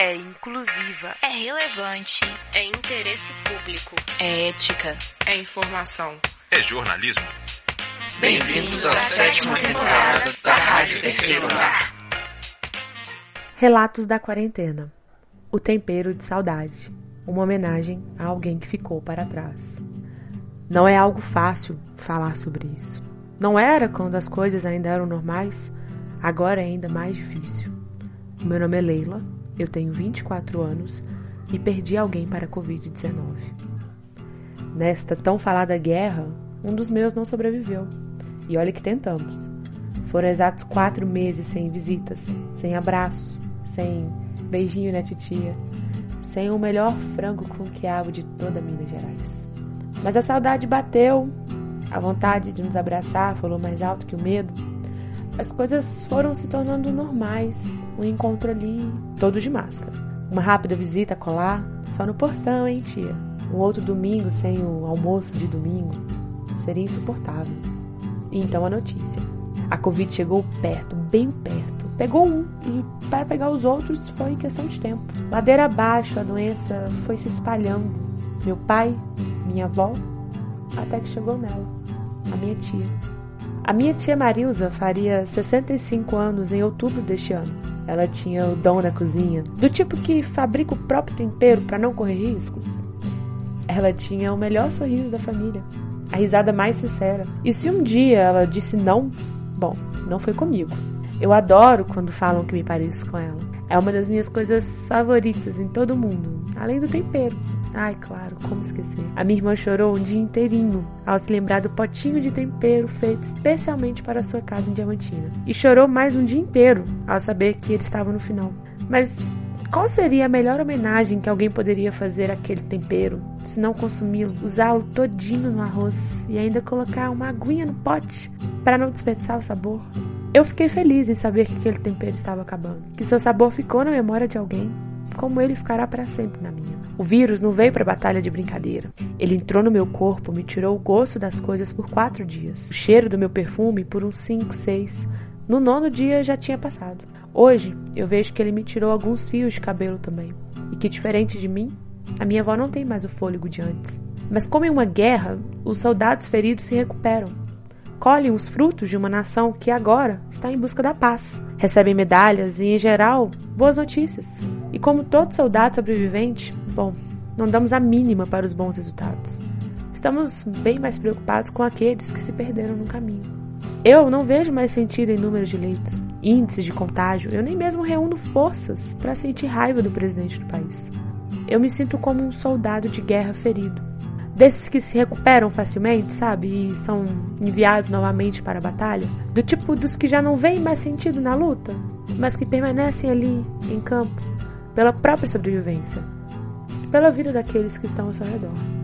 é inclusiva, é relevante, é interesse público, é ética, é informação, é jornalismo. Bem-vindos à 7ª temporada da Rádio Terceiro Andar. Relatos da quarentena. O tempero de saudade. Uma homenagem a alguém que ficou para trás. Não é algo fácil falar sobre isso. Não era quando as coisas ainda eram normais, agora é ainda mais difícil. Meu nome é Leila, eu tenho 24 anos e perdi alguém para a Covid-19. Nesta tão falada guerra, um dos meus não sobreviveu. E olha que tentamos. Foram exatos 4 meses sem visitas, sem abraços, sem beijinho na titia, sem o melhor frango com quiabo de toda Minas Gerais. Mas a saudade bateu, a vontade de nos abraçar falou mais alto que o medo. As coisas foram se tornando normais, um encontro ali, todo de máscara. Uma rápida visita a colar, só no portão, hein, tia? Um outro domingo sem o almoço de domingo seria insuportável. E então a notícia. A Covid chegou perto, bem perto. Pegou um e para pegar os outros foi questão de tempo. Ladeira abaixo, a doença foi se espalhando. Meu pai, minha avó, até que chegou nela, a minha tia. A minha tia Marilza faria 65 anos em outubro deste ano. Ela tinha o dom na cozinha, do tipo que fabrica o próprio tempero para não correr riscos. Ela tinha o melhor sorriso da família, a risada mais sincera. E se um dia ela disse não, bom, não foi comigo. Eu adoro quando falam que me pareço com ela. É uma das minhas coisas favoritas em todo mundo, além do tempero. Ai, claro, como esquecer. A minha irmã chorou um dia inteirinho ao se lembrar do potinho de tempero feito especialmente para a sua casa em Diamantina. E chorou mais um dia inteiro ao saber que ele estava no final. Mas qual seria a melhor homenagem que alguém poderia fazer àquele tempero, se não consumi-lo, usá-lo todinho no arroz e ainda colocar uma aguinha no pote para não desperdiçar o sabor? Eu fiquei feliz em saber que aquele tempero estava acabando, que seu sabor ficou na memória de alguém, como ele ficará para sempre na minha. O vírus não veio para a batalha de brincadeira. Ele entrou no meu corpo, me tirou o gosto das coisas por 4 dias, o cheiro do meu perfume por uns 5, 6. No 9º dia já tinha passado. Hoje eu vejo que ele me tirou alguns fios de cabelo também, e que diferente de mim, a minha avó não tem mais o fôlego de antes. Mas como em uma guerra, os soldados feridos se recuperam. Colhem os frutos de uma nação que agora está em busca da paz. Recebem medalhas e, em geral, boas notícias. E como todo soldado sobrevivente, bom, não damos a mínima para os bons resultados. Estamos bem mais preocupados com aqueles que se perderam no caminho. Eu não vejo mais sentido em números de leitos, índices de contágio. Eu nem mesmo reúno forças para sentir raiva do presidente do país. Eu me sinto como um soldado de guerra ferido. Desses que se recuperam facilmente, sabe? E são enviados novamente para a batalha. Do tipo dos que já não veem mais sentido na luta, mas que permanecem ali, em campo, pela própria sobrevivência. E pela vida daqueles que estão ao seu redor.